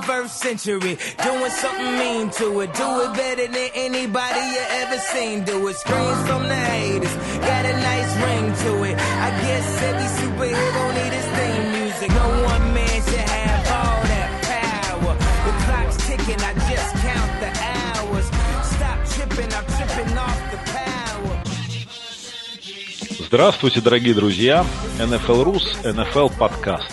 21st century, doing something mean to it. Do it better than anybody you ever seen. Do it. Screams from the haters, got a nice ring to it. I guess every superhero need his theme music. No one man should have all that power. The clock's ticking, I just count the hours. Stop tripping, I'm tripping off the power. Здравствуйте, дорогие друзья. NFL Rus, NFL подкаст.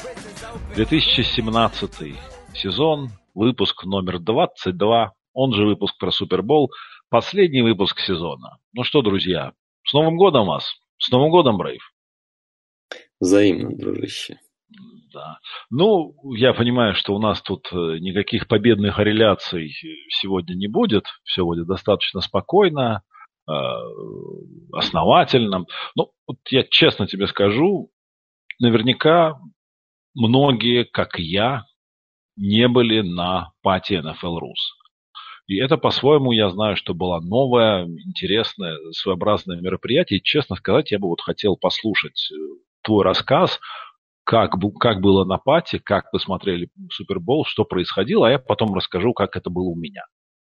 2017 сезон, выпуск номер 22, он же выпуск про Супербол, последний выпуск сезона. Ну что, друзья, с Новым годом вас! С Новым годом, Брейв! Взаимно, дружище. Да. Ну, я понимаю, что у нас тут никаких победных корреляций сегодня не будет. Все будет достаточно спокойно, основательно. Ну, вот я честно тебе скажу, наверняка многие, как и я, не были на пати NFL Rus. И это, по-своему, я знаю, что было новое, интересное, своеобразное мероприятие. И, честно сказать, я бы вот хотел послушать твой рассказ, как было на пати, как вы смотрели Супербол, что происходило, а я потом расскажу, как это было у меня.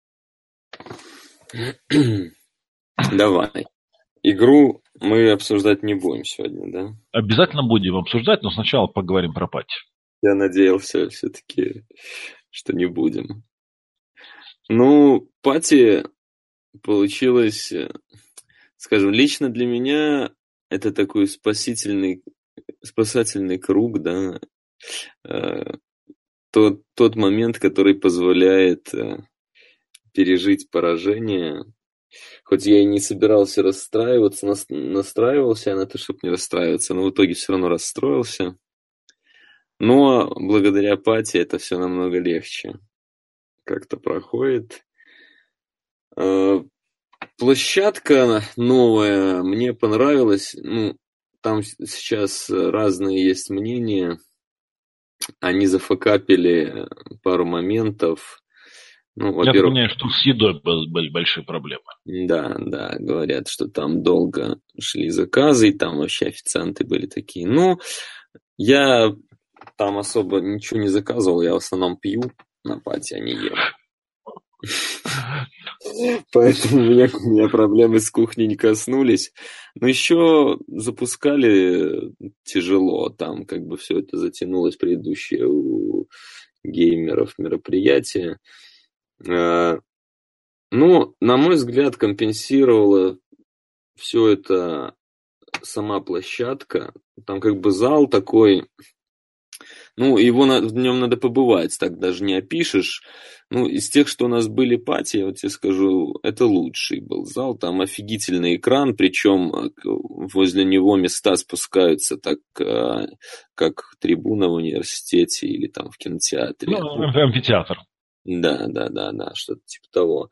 Давай. Игру мы обсуждать не будем сегодня, да? Обязательно будем обсуждать, но сначала поговорим про пати. Я надеялся все-таки, что не будем. Ну, пати получилось, скажем, лично для меня это такой спасательный круг, да, тот момент, который позволяет пережить поражение. Хоть я и не собирался расстраиваться, настраивался я на то, чтобы не расстраиваться, но в итоге все равно расстроился. Но благодаря пати это все намного легче как-то проходит. Площадка новая мне понравилась. Ну, там сейчас разные есть мнения. Они зафакапили пару моментов. Ну, во-первых, я понимаю, что с едой были большие проблемы. Да, говорят, что там долго шли заказы, и там вообще официанты были такие. Ну, я там особо ничего не заказывал, я в основном пью на пати, а не ем. Поэтому у меня проблемы с кухней не коснулись. Но еще запускали тяжело, там как бы все это затянулось, предыдущее у геймеров мероприятие. Ну, на мой взгляд, компенсировала все это сама площадка. Там как бы зал такой, ну, в нем надо побывать, так даже не опишешь. Ну, из тех, что у нас были пати, я вот тебе скажу, это лучший был зал. Там офигительный экран, причем возле него места спускаются так, как трибуна в университете или там в кинотеатре. Ну, амфитеатр. Да, что-то типа того.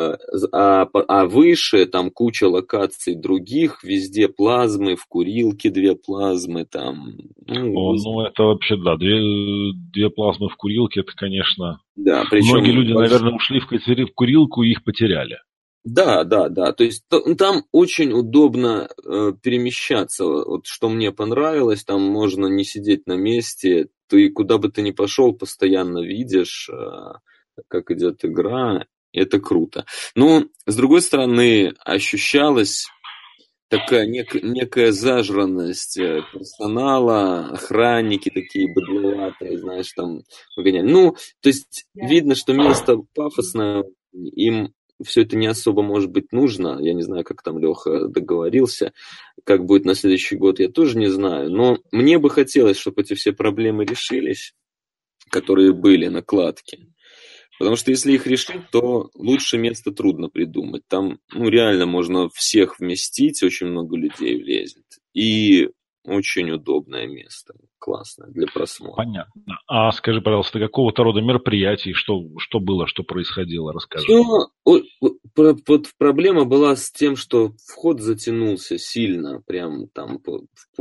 А выше там куча локаций других, везде плазмы, в курилке 2 плазмы там. Ну это вообще, да, две плазмы в курилке, это, конечно... Да, причем... Многие люди, наверное, ушли в курилку и их потеряли. Да, то есть там очень удобно перемещаться, вот что мне понравилось, там можно не сидеть на месте, ты куда бы ты ни пошел, постоянно видишь, как идет игра. Это круто. Но, с другой стороны, ощущалась такая некая зажранность персонала, охранники такие быдловатые, знаешь, там выгоняли. Ну, то есть видно, что место пафосное, им все это не особо, может быть, нужно. Я не знаю, как там Леха договорился, как будет на следующий год, я тоже не знаю. Но мне бы хотелось, чтобы эти все проблемы решились, которые были, накладки. Потому что если их решить, то лучше место трудно придумать. Там, реально можно всех вместить, очень много людей влезет. И очень удобное место, классное для просмотра. Понятно. А скажи, пожалуйста, какого-то рода мероприятий, что было, что происходило, расскажи. Проблема была с тем, что вход затянулся сильно, прям там в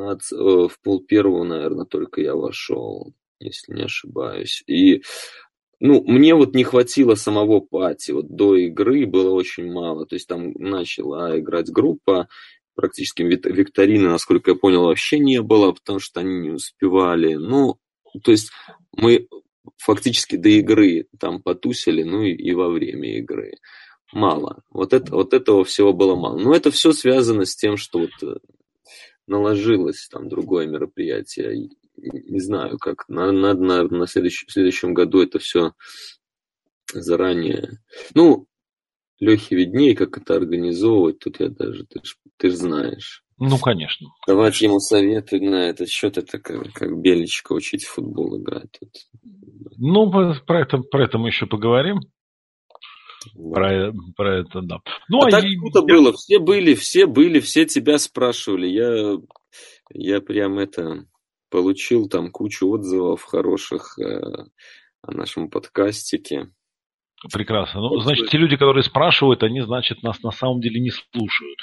11:30, наверное, только я вошел, если не ошибаюсь. И мне вот не хватило самого пати. Вот до игры было очень мало. То есть там начала играть группа. Практически викторины, насколько я понял, вообще не было, потому что они не успевали. То есть мы фактически до игры там потусили, ну и во время игры. Мало. Вот этого всего было мало. Но это все связано с тем, что вот наложилось там другое мероприятие. Не знаю, как. Надо в следующем году это все заранее. Ну, Лехе виднее, как это организовывать. Тут я даже, ты ж знаешь. Ну, конечно. Давать ему советы на этот счет, это как Белечко учить в футбол играть. Тут. Ну, про это мы еще поговорим. Да. Про это, да. Ну, так круто было. Все были, все тебя спрашивали. Я прям получил там кучу отзывов хороших о нашем подкастике. Прекрасно. Ну, значит, те люди, которые спрашивают, они, значит, нас на самом деле не слушают.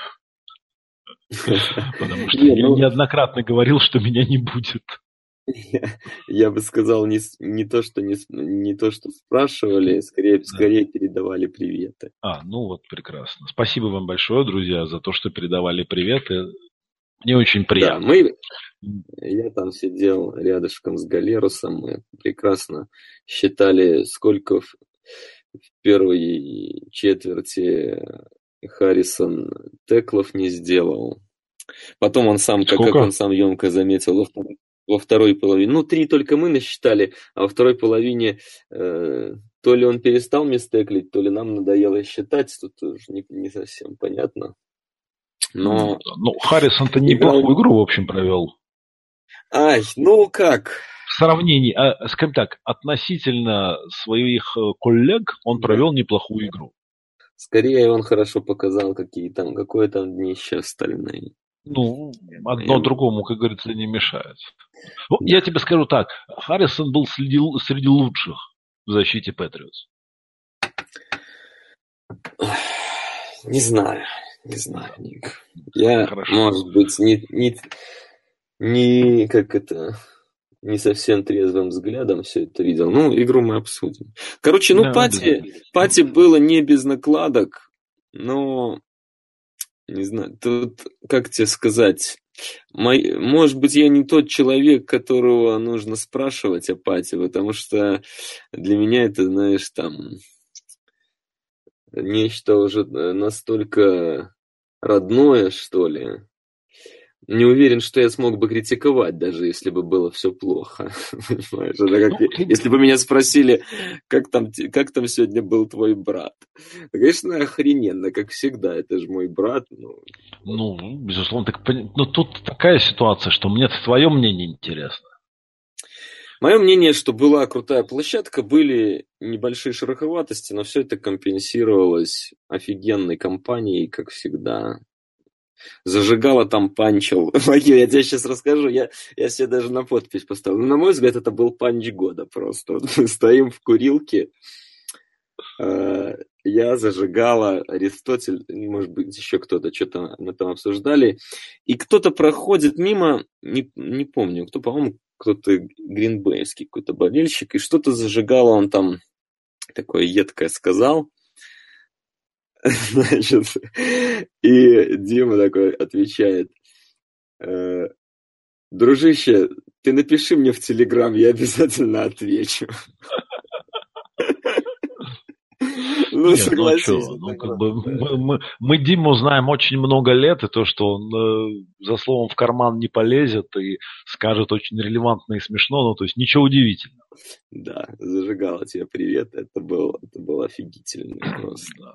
Потому что я неоднократно говорил, что меня не будет. Я бы сказал, не то, что спрашивали, скорее передавали приветы. Ну вот, прекрасно. Спасибо вам большое, друзья, за то, что передавали приветы. Мне очень приятно. Я там сидел рядышком с Галерусом, мы прекрасно считали, сколько в первой четверти Харрисон теклов не сделал. Потом он сам, как он сам емко заметил, во второй половине. 3 только мы насчитали, а во второй половине то ли он перестал мистеклить, то ли нам надоело считать. Тут уже не совсем понятно. Но Харрисон-то неплохую игру, в общем, провел. Как? В сравнении, скажем так, относительно своих коллег он провел неплохую игру. Скорее, он хорошо показал, какое там днище остальные. Одно другому, как говорится, не мешает. Я тебе скажу так, Харрисон был среди лучших в защите Патриотс. Не знаю, Ник. Я, может быть, не совсем трезвым взглядом все это видел. Игру мы обсудим. Короче, пати было не без накладок, но не знаю, тут, как тебе сказать, может быть, я не тот человек, которого нужно спрашивать о пати, потому что для меня это, знаешь, там нечто уже настолько родное, что ли. Не уверен, что я смог бы критиковать, даже если бы было все плохо. Понимаешь? Это если бы меня спросили, как там сегодня был твой брат. Конечно, охрененно, как всегда, это же мой брат. Безусловно. Тут такая ситуация, что мне твое мнение интересно. Мое мнение, что была крутая площадка, были небольшие шероховатости, но все это компенсировалось офигенной компанией, как всегда. Зажигало там панчил. Я тебе сейчас расскажу, я себе даже на подпись поставил. На мой взгляд, это был панч года просто. Вот мы стоим в курилке, я зажигала, Аристотель, может быть, еще кто-то, что-то мы там обсуждали, и кто-то проходит мимо, не помню, кто, по-моему, кто-то гринбейский какой-то болельщик, и что-то зажигало, он там такое едкое сказал. Значит, и Дима такой отвечает: дружище, ты напиши мне в Телеграм, я обязательно отвечу. Согласись. Мы Диму знаем очень много лет, и то, что он за словом в карман не полезет и скажет очень релевантно и смешно, то есть ничего удивительного. Да, зажигала тебе привет, это было офигительно просто.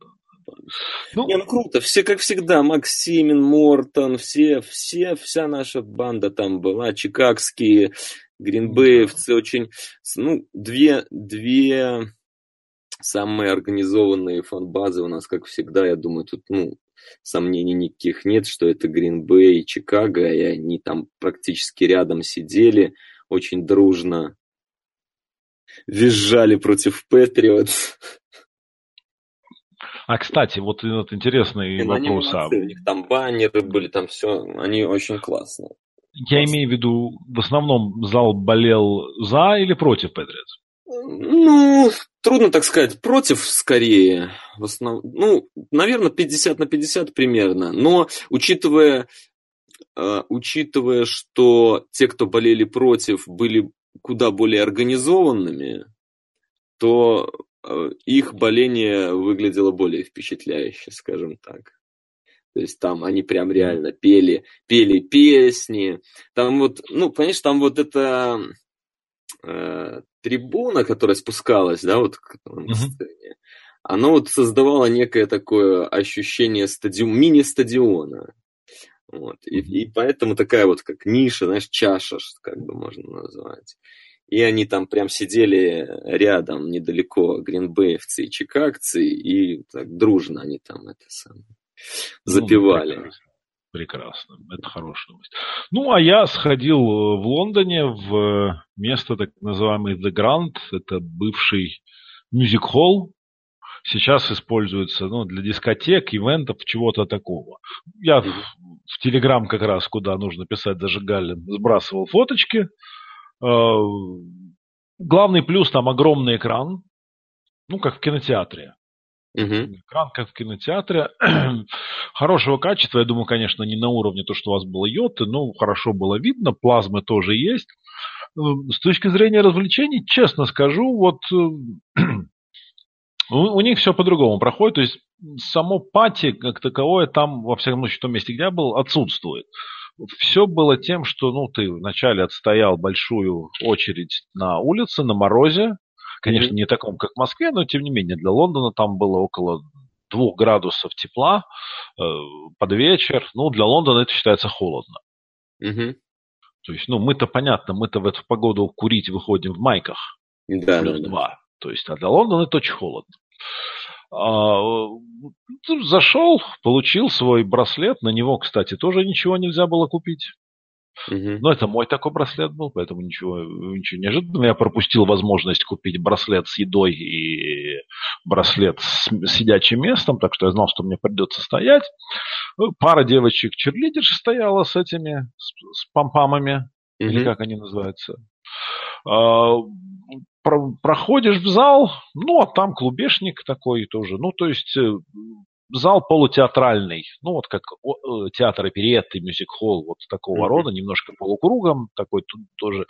Круто, все как всегда, Максимин, Мортон, вся наша банда там была, чикагские, гринбеевцы, очень, две самые организованные фан-базы у нас, как всегда, я думаю, тут, сомнений никаких нет, что это Грин-Бэй и Чикаго, и они там практически рядом сидели, очень дружно визжали против Патриотс. Кстати, вот интересный вопрос. У них там баннеры были, там все, они очень классные. Я имею в виду, в основном зал болел за или против Патриотс? Трудно так сказать, против скорее. В основном, наверное, 50/50 примерно. Но учитывая, что те, кто болели против, были куда более организованными, то их боление выглядело более впечатляюще, скажем так. То есть там они прям реально пели песни. Там вот, ну, конечно, там вот эта трибуна, которая спускалась, да, вот к сцене, она вот создавала некое такое ощущение мини-стадиона. Вот. И поэтому такая вот как ниша, знаешь, чаша, как бы можно назвать. И они там прям сидели рядом, недалеко, гринбеевцы и чикагцы, и так дружно они там это самое запевали. Прекрасно. Это хорошая новость. Ну, а я сходил в Лондоне в место, так называемый The Grand. Это бывший мюзик-холл. Сейчас используется для дискотек, ивентов, чего-то такого. Я в Телеграм как раз, куда нужно писать зажигали, сбрасывал фоточки. Главный плюс там огромный экран, как в кинотеатре. Экран, как в кинотеатре, хорошего качества, я думаю, конечно, не на уровне то, что у вас было йоты, но хорошо было видно, плазмы тоже есть. С точки зрения развлечений, честно скажу, вот у них все по-другому проходит, то есть само пати как таковое там, во всяком случае, в том месте, где я был, отсутствует. Все было тем, что ты вначале отстоял большую очередь на улице, на морозе. Конечно, не таком, как в Москве, но тем не менее для Лондона там было около 2 градусов тепла под вечер. Для Лондона это считается холодно. То есть, мы-то понятно, мы-то в эту погоду курить выходим в майках. Да, плюс 2. То есть, а для Лондона это очень холодно. Зашел, получил свой браслет. На него, кстати, тоже ничего нельзя было купить. Но это мой такой браслет был, поэтому ничего неожиданного. Я пропустил возможность купить браслет с едой и браслет с сидячим местом, так что я знал, что мне придется стоять. Пара девочек-черлидерш стояла с этими, с помпамами, или как они называются. Проходишь в зал, а там клубешник такой тоже. То есть зал полутеатральный, вот как театр оперетты, мюзик-холл, вот такого рода, немножко полукругом, такой тут тоже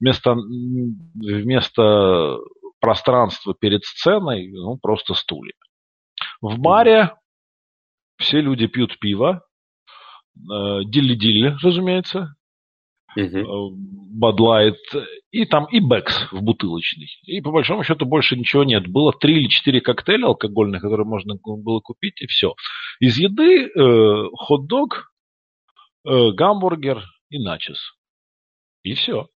вместо пространства перед сценой, просто стулья. В баре все люди пьют пиво, дилли-дилли, разумеется, Бадлайт, и там и Бэкс в бутылочный. И по большому счету больше ничего нет. Было 3 или 4 коктейля алкогольных, которые можно было купить, и все. Из еды хот-дог, гамбургер и начос. И все.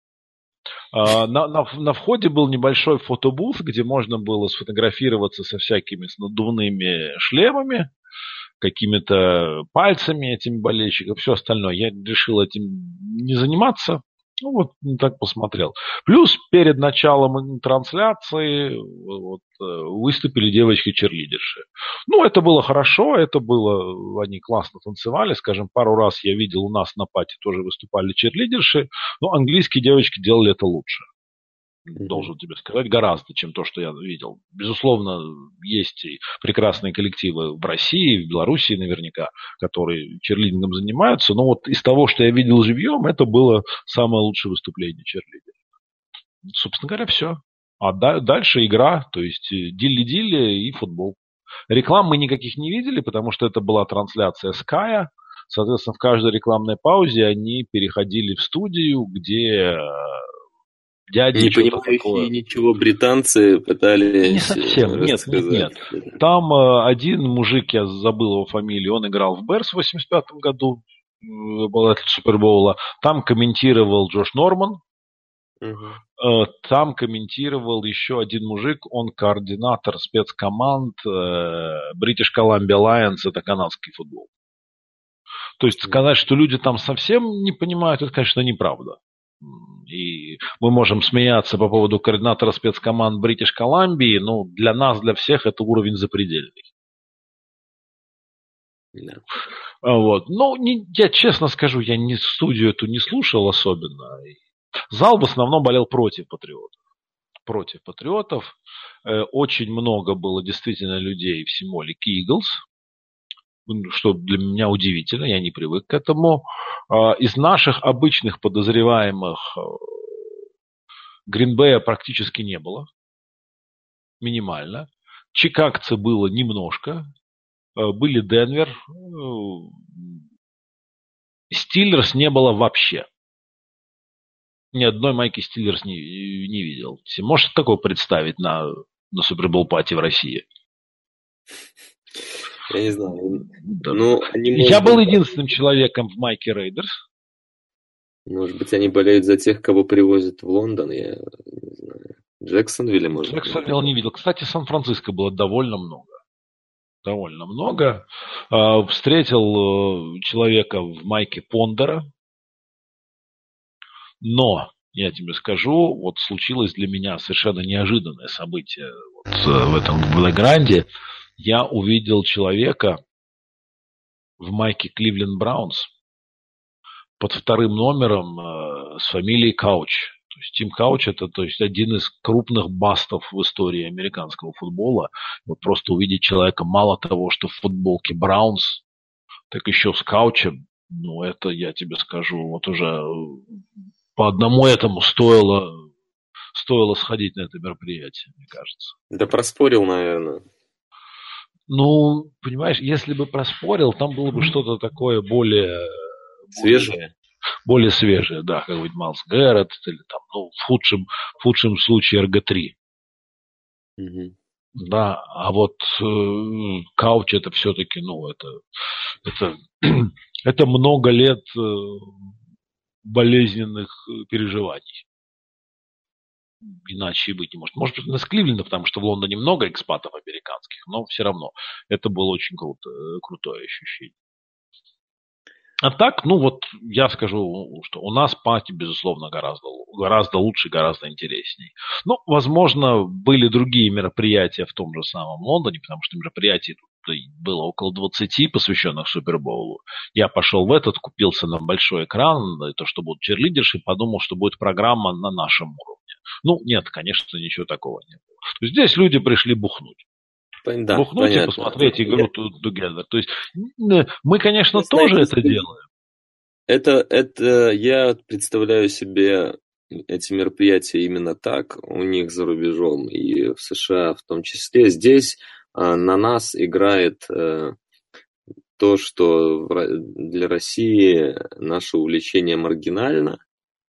На входе был небольшой фотобуф, где можно было сфотографироваться со всякими надувными шлемами, какими-то пальцами этими болельщиков, все остальное. Я решил этим не заниматься. Так посмотрел. Плюс перед началом трансляции выступили девочки-черлидерши. Это было хорошо, они классно танцевали. Скажем, пару раз я видел у нас на пати тоже выступали черлидерши, но английские девочки делали это лучше. Должен тебе сказать, гораздо, чем то, что я видел. Безусловно, есть и прекрасные коллективы в России, в Белоруссии наверняка, которые черлидингом занимаются, но из того, что я видел живьем, это было самое лучшее выступление черлидера. Собственно говоря, все. А дальше игра, то есть дилли-дилли и футбол. Реклам мы никаких не видели, потому что это была трансляция Sky. Соответственно, в каждой рекламной паузе они переходили в студию, где дяди не понимающие ничего британцы пытались не совсем, нет. Там один мужик, я забыл его фамилию, он играл в Берс в 85-м году, обладатель Супербоула. Там комментировал Джош Норман. Там комментировал еще один мужик, он координатор спецкоманд British Columbia Lions, это канадский футбол. То есть сказать, что люди там совсем не понимают, это, конечно, неправда. И мы можем смеяться по поводу координатора спецкоманд British Columbia, но для нас, для всех это уровень запредельный. Yeah. Я честно скажу, я студию эту не слушал особенно. Зал в основном болел против Патриотов. Очень много было действительно людей в символике Eagles, что для меня удивительно, я не привык к этому. Из наших обычных подозреваемых Грин-Бэя практически не было. Минимально. Чикагца было немножко. Были Денвер. Стиллерс не было вообще. Ни одной майки Стиллерс не видел. Можешь такое представить на Супербол-пати в России? Я не знаю. Да. Ну, Я был единственным человеком в майке Рейдерс. Может быть, они болеют за тех, кого привозят в Лондон, я не знаю. Джексонвилле, может быть. Джексонвилл не видел. Кстати, Сан-Франциско было довольно много. Довольно много. Встретил человека в майке Пондера. Но, я тебе скажу, вот случилось для меня совершенно неожиданное событие в этом бэкграунде. Я увидел человека в майке Кливленд Браунс под вторым номером с фамилией Кауч. То есть Тим Кауч – это один из крупных бастов в истории американского футбола. Вот просто увидеть человека мало того, что в футболке Браунс, так еще с Каучем, ну это, я тебе скажу, вот уже по одному этому стоило сходить на это мероприятие, мне кажется. Да проспорил, наверное. Ну, понимаешь, если бы проспорил, там было бы что-то такое более свежее. Более свежее, да, как быть Майлз Гэрретт, или там, ну, в худшем случае РГ-3. Угу. Да, а вот Кауч это все-таки, ну, это много лет болезненных переживаний. Иначе и быть не может. Может быть, на Кливленда, потому что в Лондоне много экспатов американских, но все равно это было очень крутое ощущение. А так, ну вот я скажу, что у нас пати, безусловно, гораздо лучше, гораздо интересней. Ну, возможно, были другие мероприятия в том же самом Лондоне, потому что мероприятий тут было около 20, посвященных Супербоулу. Я пошел в этот, купился на большой экран, то, что будут черлидерши, подумал, что будет программа на нашем уровне. Ну, нет, конечно, ничего такого не было. Здесь люди пришли бухнуть. Да, бухнуть и посмотреть игру together. То есть мы, конечно, тоже это делаем. Это я представляю себе эти мероприятия именно так у них за рубежом и в США в том числе. Здесь на нас играет то, что для России наше увлечение маргинально.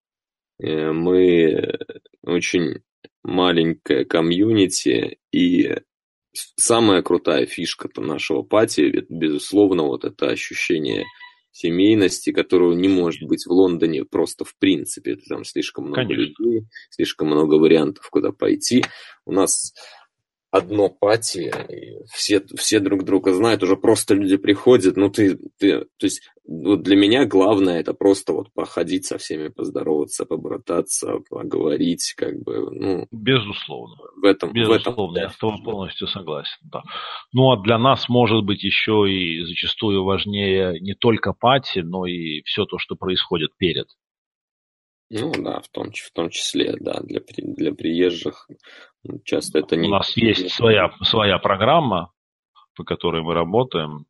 Мы очень маленькая комьюнити, и самая крутая фишка-то нашего пати, безусловно, вот это ощущение семейности, которого не может быть в Лондоне просто в принципе. Там слишком много людей, слишком много вариантов, куда пойти. У нас одно пати, все друг друга знают, уже просто люди приходят, ну то есть вот для меня главное это просто вот походить со всеми, поздороваться, побрататься, поговорить, как бы, ну. Безусловно. Безусловно, я с тобой полностью согласен, да. Ну а для нас может быть еще и зачастую важнее не только пати, но и все то, что происходит перед. Ну да, в том числе, да, для приезжих часто это не... У нас есть своя программа, по которой мы работаем.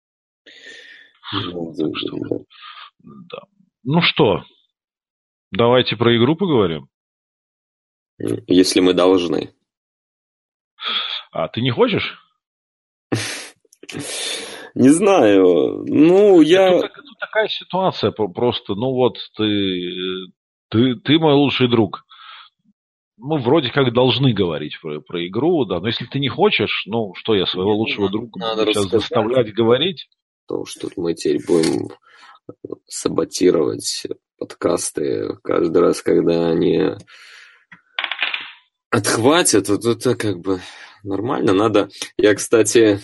Да. Ну что, давайте про игру поговорим. Если мы должны. А ты не хочешь? Не знаю. Ну, Тут такая ситуация просто. Ну вот, ты мой лучший друг. Мы вроде как должны говорить про игру, да. Но если ты не хочешь, ну что, я своего лучшего друга буду сейчас заставлять говорить? То, что мы теперь будем саботировать подкасты каждый раз, когда они отхватят, вот это как бы нормально. Надо. Я, кстати,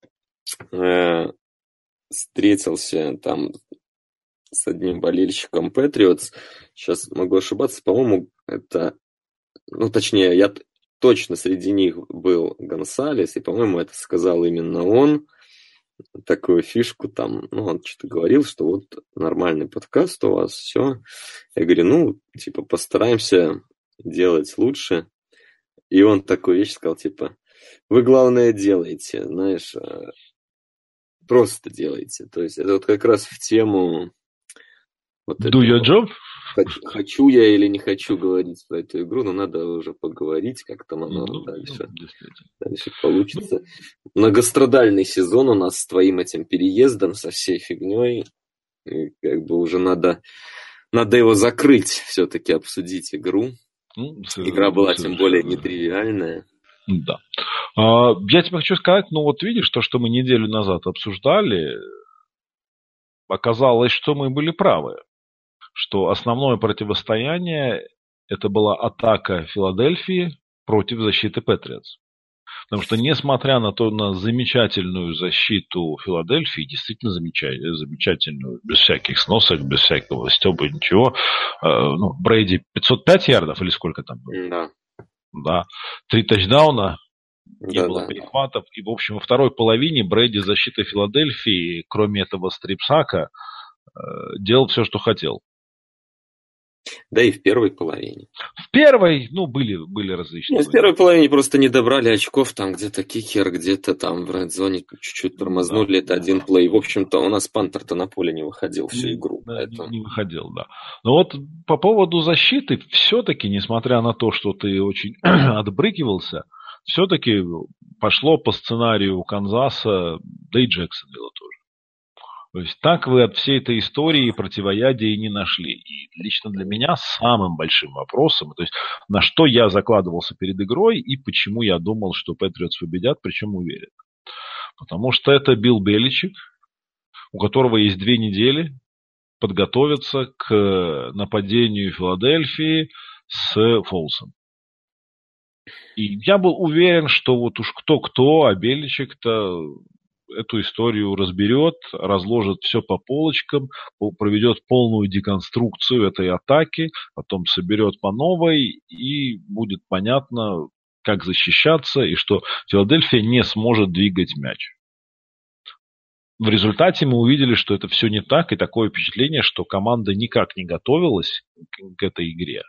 встретился там с одним болельщиком Patriots. Сейчас могу ошибаться, по-моему, это... Ну, точнее, я точно среди них был Гонсалес, и, по-моему, это сказал именно он. Такую фишку там, ну, он что-то говорил, что вот нормальный подкаст у вас, все. Я говорю, ну, типа, постараемся делать лучше. И он такую вещь сказал, типа, вы, главное, делаете, знаешь, просто делаете. То есть это вот как раз в тему... Вот Do your job? Хочу я или не хочу говорить про эту игру, но надо уже поговорить, как там оно дальше получится. Многострадальный сезон у нас с твоим этим переездом, со всей фигней. И как бы уже надо его закрыть, все-таки обсудить игру. Игра была тем более нетривиальная. Да. Я тебе хочу сказать, вот видишь, то, что мы неделю назад обсуждали, оказалось, что мы были правы. Что основное противостояние это была атака Филадельфии против защиты Патриотс. Потому что, несмотря на замечательную защиту Филадельфии, действительно замечательную, без всяких сносок, без всякого стёба, ничего. Брейди 505 ярдов или сколько там было? Да. 3 тачдауна, не было перехватов. И, в общем, во второй половине Брейди защиты Филадельфии, кроме этого стрипсака, делал все, что хотел. Да и в первой половине. В первой, были различные. В первой половине просто не добрали очков, там где-то кикер, где-то там в ред-зоне чуть-чуть тормознули, это один плей. В общем-то, у нас пантер-то на поле не выходил всю игру. Не выходил, да. Но вот по поводу защиты, все-таки, несмотря на то, что ты очень отбрыкивался, все-таки пошло по сценарию Канзаса, да и Джексонвилла тоже. То есть так вы от всей этой истории противоядия и не нашли. И лично для меня самым большим вопросом, то есть на что я закладывался перед игрой и почему я думал, что Патриотс победят, причем уверен. Потому что это Билл Беличек, у которого есть 2 недели подготовиться к нападению Филадельфии с Фолсом. И я был уверен, что вот уж кто-кто, а Беличек-то эту историю разберет, разложит все по полочкам, проведет полную деконструкцию этой атаки, потом соберет по новой, и будет понятно, как защищаться, и что Филадельфия не сможет двигать мяч. В результате мы увидели, что это все не так, и такое впечатление, что команда никак не готовилась к этой игре.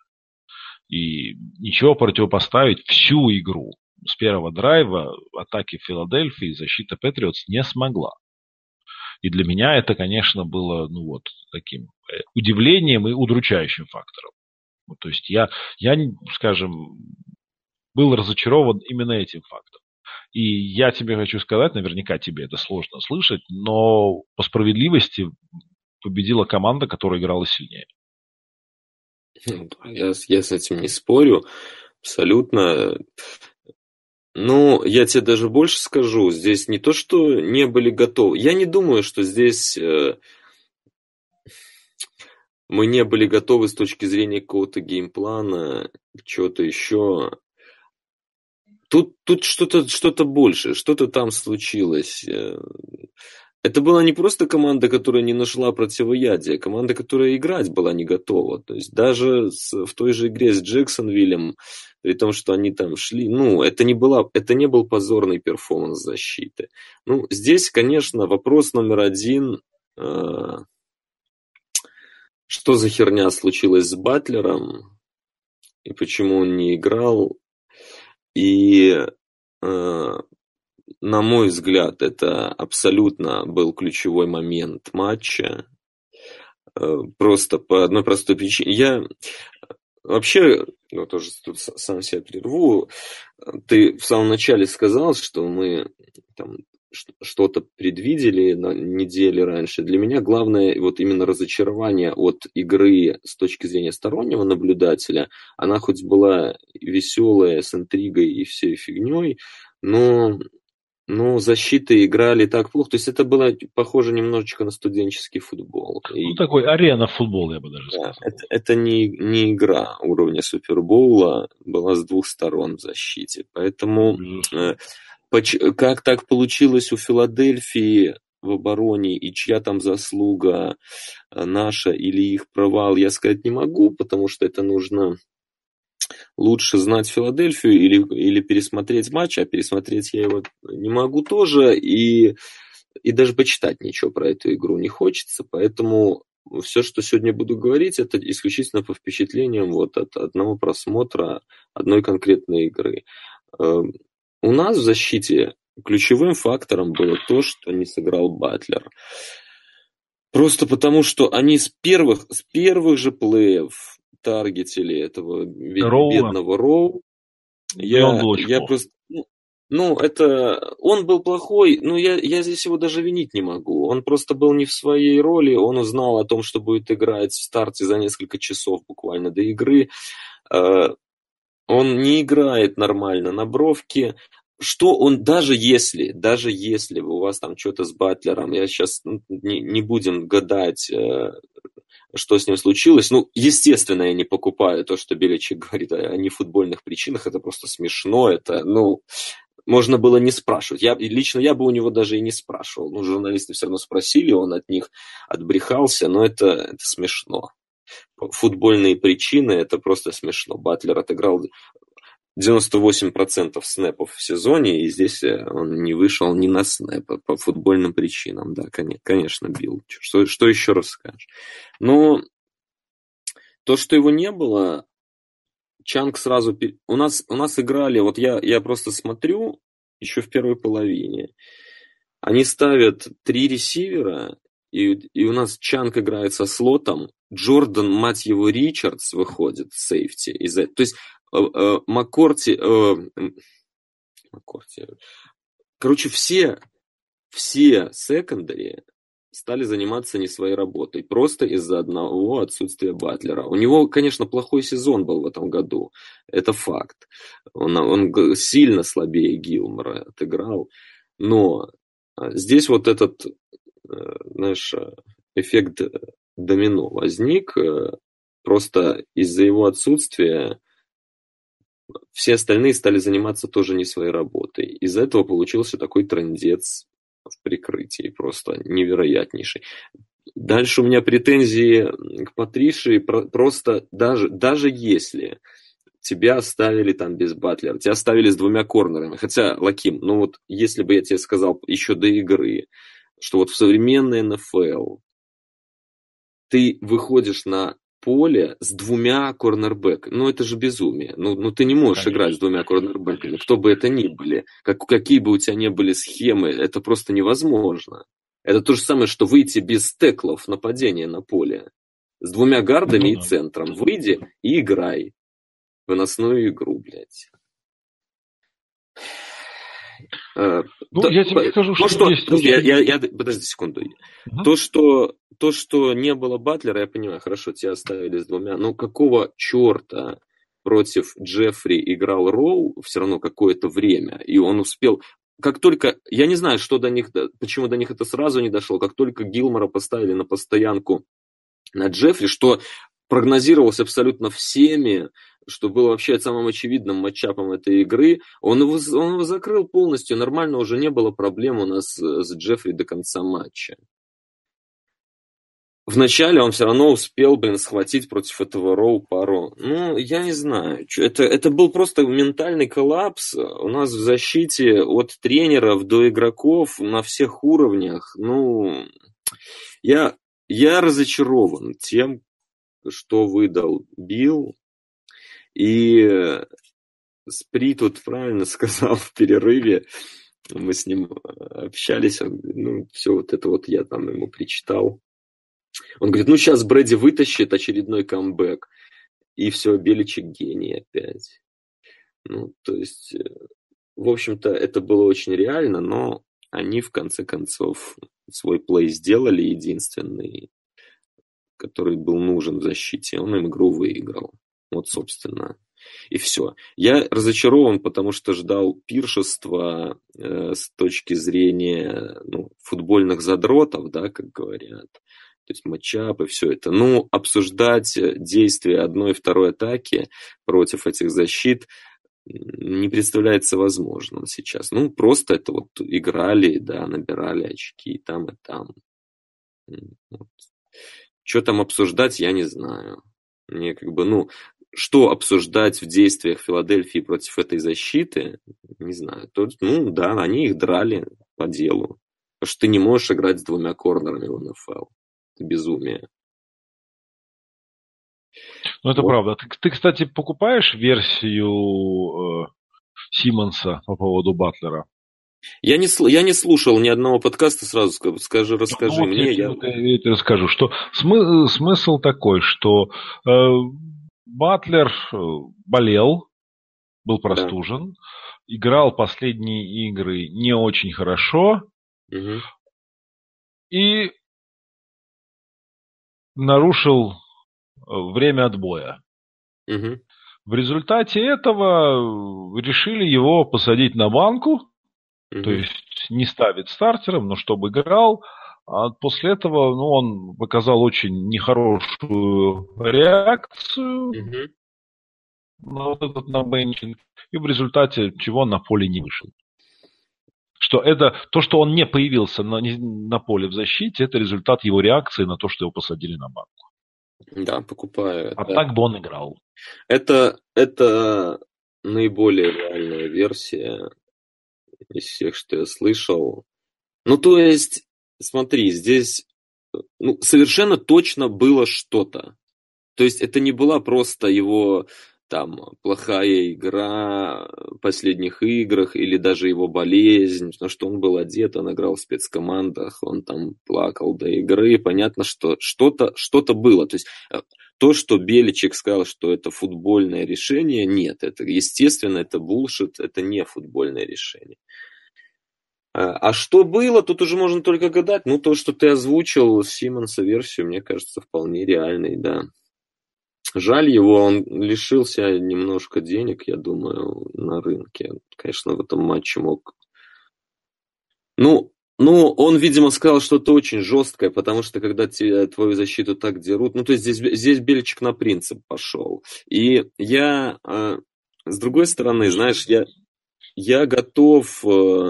И ничего противопоставить всю игру с первого драйва атаки Филадельфии защита Патриотс не смогла. И для меня это, конечно, было таким удивлением и удручающим фактором. То есть я, скажем, был разочарован именно этим фактом. И я тебе хочу сказать, наверняка тебе это сложно слышать, но по справедливости победила команда, которая играла сильнее. Я с этим не спорю, абсолютно. Я тебе даже больше скажу, здесь не то, что не были готовы. Я не думаю, что здесь мы не были готовы с точки зрения какого-то геймплана, чего-то еще. Тут что-то больше, что-то там случилось. Это была не просто команда, которая не нашла противоядия, команда, которая играть была не готова. То есть даже в той же игре с Джексонвиллем, при том, что они там шли, это не был позорный перформанс защиты. Здесь, конечно, вопрос номер 1, что за херня случилась с Батлером, и почему он не играл. И, на мой взгляд, это абсолютно был ключевой момент матча. Просто по одной простой причине. Я вообще, тоже тут сам себя прерву, ты в самом начале сказал, что мы там что-то предвидели на неделе раньше. Для меня главное именно разочарование от игры с точки зрения стороннего наблюдателя. Она хоть была веселая, с интригой и всей фигней, но защиты играли так плохо. То есть это было похоже немножечко на студенческий футбол. Такой арена-футбол, я бы даже сказал. Это не игра уровня Супербоула, была с 2 сторон в защите. Поэтому как так получилось у Филадельфии в обороне, и чья там заслуга, наша или их провал, я сказать не могу, потому что это нужно лучше знать Филадельфию или пересмотреть матч, а пересмотреть я его не могу тоже, и даже почитать ничего про эту игру не хочется, поэтому все, что сегодня буду говорить, это исключительно по впечатлениям от одного просмотра одной конкретной игры. У нас в защите ключевым фактором было то, что не сыграл Батлер. Просто потому, что они с первых же плеев таргетили этого Роула, бедного Роу. и он был очень Я плох. просто... это... Он был плохой, но я здесь его даже винить не могу. Он просто был не в своей роли, он узнал о том, что будет играть в старте за несколько часов буквально до игры. Он не играет нормально на бровке. Что он, даже если у вас там что-то с Батлером, я сейчас не будем гадать, что с ним случилось. Естественно, я не покупаю то, что Беличик говорит о нефутбольных причинах. Это просто смешно. Это, можно было не спрашивать. Лично я бы у него даже и не спрашивал. Журналисты все равно спросили, он от них отбрехался, но это смешно. Футбольные причины, это просто смешно. Батлер отыграл 98% снэпов в сезоне, и здесь он не вышел ни на снэп по футбольным причинам. Да, конечно, бил. Что еще раз скажешь? Но то, что его не было, Чанг сразу... У нас играли, вот я просто смотрю, еще в первой половине, они ставят 3 ресивера, и у нас Чанг играет со слотом, Джордан, мать его, Ричардс выходит в сейфти. То есть Маккорти... Короче, все секондари стали заниматься не своей работой, просто из-за одного отсутствия Батлера. У него, конечно, плохой сезон был в этом году, это факт. Он сильно слабее Гилмора отыграл, но здесь вот этот, знаешь, эффект домино возник, просто из-за его отсутствия все остальные стали заниматься тоже не своей работой. Из-за этого получился такой трындец в прикрытии, просто невероятнейший. Дальше у меня претензии к Патриши, просто даже если тебя оставили там без Батлера, тебя оставили с 2 корнерами, хотя, Лаким, если бы я тебе сказал еще до игры, что вот в современной НФЛ ты выходишь на поле с 2 корнербэками. Это же безумие. Ты не можешь играть с 2 корнербэками, кто бы это ни были. Какие бы у тебя ни были схемы, это просто невозможно. Это то же самое, что выйти без теклов нападения на поле. С 2 гардами и центром. Выйди и играй. Выносную игру, блядь. Я тебе скажу, что есть... Подожди секунду. То, что не было Батлера, я понимаю, хорошо, тебя оставили с 2. Какого черта против Джеффри играл Роу все равно какое-то время, и он успел... Как только... Я не знаю, почему до них это сразу не дошло, как только Гилмора поставили на постоянку на Джеффри, что прогнозировалось абсолютно всеми, что было вообще самым очевидным матчапом этой игры, он его закрыл полностью, нормально уже не было проблем у нас с Джеффри до конца матча. Вначале он все равно успел, схватить против этого Роу пару. Я не знаю. Это был просто ментальный коллапс у нас в защите от тренеров до игроков на всех уровнях. Я разочарован тем, что выдал Билл. И Спри тут правильно сказал в перерыве, мы с ним общались, все вот это вот я там ему причитал. Он говорит, сейчас Брэди вытащит очередной камбэк, и все, Беличик гений опять. То есть, в общем-то, это было очень реально, но они в конце концов свой плей сделали единственный, который был нужен в защите, он им игру выиграл. Собственно, и все. Я разочарован, потому что ждал пиршества с точки зрения футбольных задротов, да, как говорят. То есть матчап и все это. Обсуждать действия 1 и 2 атаки против этих защит не представляется возможным сейчас. Просто это играли, да, набирали очки и там, и там. Что там обсуждать, я не знаю. Мне что обсуждать в действиях Филадельфии против этой защиты, не знаю. Да, они их драли по делу. Потому что ты не можешь играть с 2 корнерами в НФЛ. Это безумие. Это правда. Ты, кстати, покупаешь версию Симмонса по поводу Батлера? Я не слушал ни одного подкаста, сразу расскажи Ну, вот мне. я тебе расскажу, что смысл такой, что Батлер болел, был Да. простужен, играл последние игры не очень хорошо Мгм. и нарушил время отбоя. Мгм. В результате этого решили его посадить на банку, то Мгм. есть не ставить стартером, но чтобы играл. А после этого он показал очень нехорошую реакцию Мгм. на вот этот на бенчинг, и в результате чего на поле не вышел. Что это то, что он не появился на поле в защите, это результат его реакции на то, что его посадили на банку. Да, покупаю А это. так бы он играл. Это наиболее реальная версия из всех, что я слышал. Ну, то есть, смотри, здесь совершенно точно было что-то. То есть это не была просто его там плохая игра в последних играх или даже его болезнь, потому что он был одет, он играл в спецкомандах, он там плакал до игры. Понятно, что что-то было. То есть то, что Беличек сказал, что это футбольное решение, нет, это естественно, это булшит, это не футбольное решение. А что было, тут уже можно только гадать. Ну, то, что ты озвучил, Симмонса версию, мне кажется, вполне реальной, да. Жаль его, он лишился немножко денег, я думаю, на рынке. Конечно, в этом матче мог... Он, видимо, сказал что-то очень жесткое, потому что когда твою защиту так дерут... Ну, то есть здесь Бельчик на принцип пошел. И я, с другой стороны, знаешь, я готов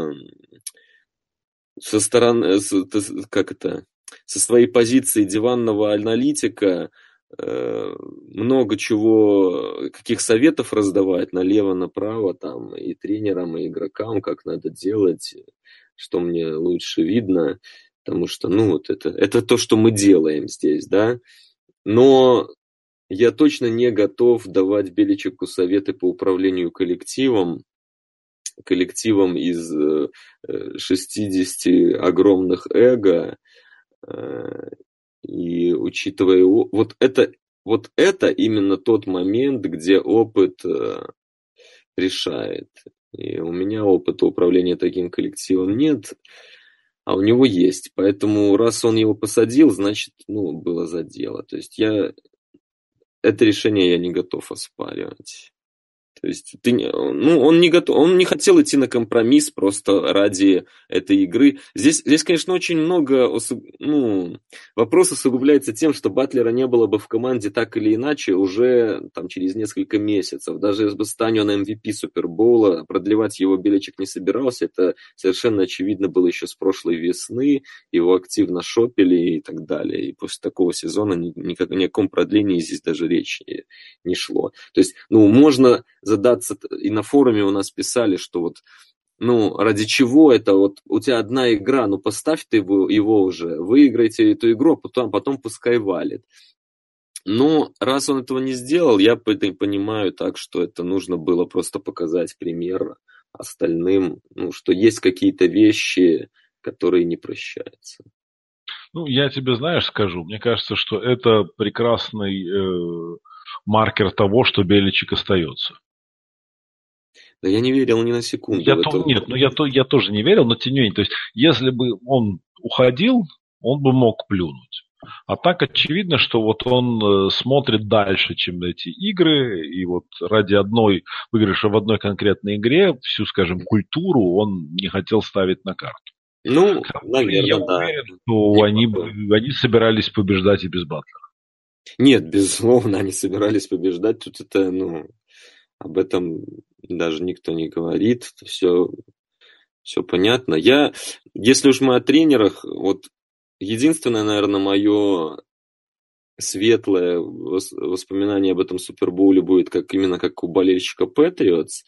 со стороны, со своей позиции диванного аналитика много чего, каких советов раздавать налево-направо, там, и тренерам, и игрокам, как надо делать, что мне лучше видно, потому что, это то, что мы делаем здесь, да, но я точно не готов давать Беличеку советы по управлению коллективом из 60 огромных эго, и учитывая вот это именно тот момент, где опыт решает. И у меня опыта управления таким коллективом нет, а у него есть. Поэтому раз он его посадил, значит, было за дело. То есть это решение я не готов оспаривать. То есть он не готов, он не хотел идти на компромисс просто ради этой игры. Здесь, конечно, очень много вопрос усугубляется тем, что Батлера не было бы в команде так или иначе уже там через несколько месяцев. Даже если бы стань он MVP Супербоула, продлевать его Беличек не собирался. Это совершенно очевидно было еще с прошлой весны. Его активно шопили и так далее. И после такого сезона ни о каком продлении здесь даже речи не шло. То есть, можно задаться, и на форуме у нас писали, что ради чего это, у тебя одна игра, поставь ты его уже, выиграйте эту игру, а потом пускай валит. Но раз он этого не сделал, я понимаю так, что это нужно было просто показать пример остальным, что есть какие-то вещи, которые не прощаются. Я тебе, знаешь, скажу, мне кажется, что это прекрасный маркер того, что Беличек остается. Да я не верил ни на секунду в это. Нет, я тоже не верил, но тем не менее, то есть, если бы он уходил, он бы мог плюнуть. А так очевидно, что он смотрит дальше, чем эти игры, и ради одной выигрыша в одной конкретной игре всю, скажем, культуру он не хотел ставить на карту. Наверное, я да. уверен, что они собирались побеждать и без Батлера. Нет, безусловно, они собирались побеждать. Тут это, об этом даже никто не говорит. Все понятно. Если уж мы о тренерах, единственное, наверное, мое светлое воспоминание об этом Супербоуле будет именно как у болельщика Патриотс.